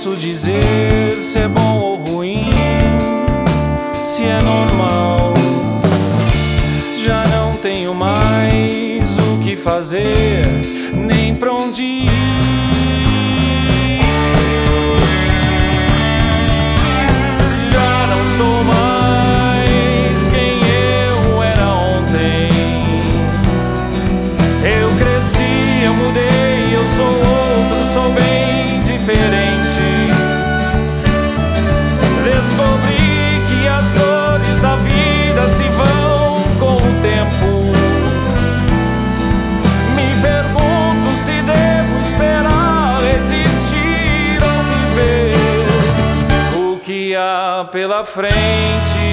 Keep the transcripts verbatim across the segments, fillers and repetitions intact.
posso dizer se é bom ou ruim, se é normal. Já não tenho mais o que fazer, nem pra onde ir. Já não sou mais quem eu era ontem. Eu cresci, eu mudei, eu sou outro, sou bem diferente. Descobri que as dores da vida se vão com o tempo. Me pergunto se devo esperar, existir ou viver o que há pela frente.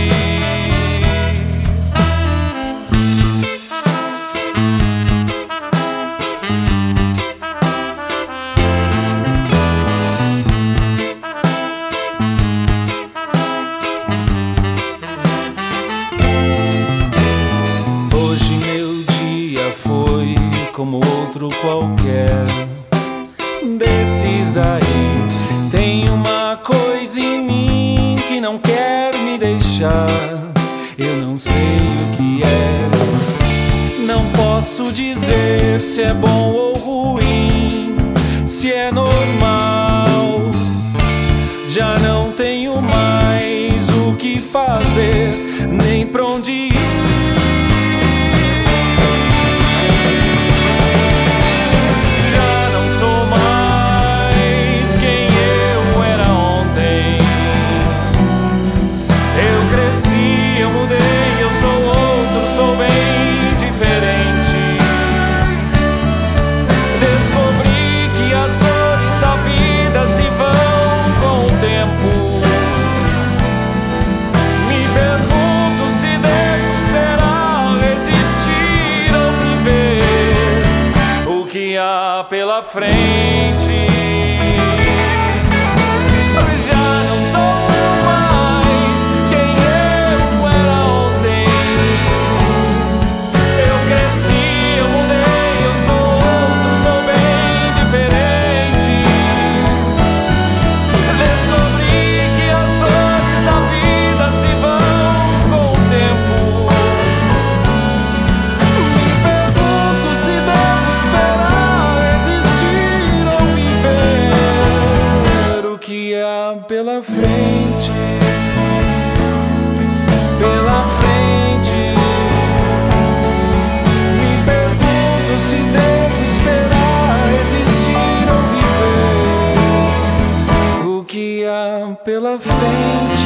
Como outro qualquer desses aí, tem uma coisa em mim que não quer me deixar. Eu não sei o que é, não posso dizer se é bom ou ruim, se é normal. Já não tenho mais o que fazer, nem pra onde ir. Pela frente, já não sou mais quem eu era ontem. Eu cresci, eu mudei, eu sou outro, sou bem diferente. Descobri que as dores da vida se vão com o tempo. Me pergunto se devo esperar, que há pela frente, pela frente. Me pergunto se devo esperar, existir ou viver o que há pela frente.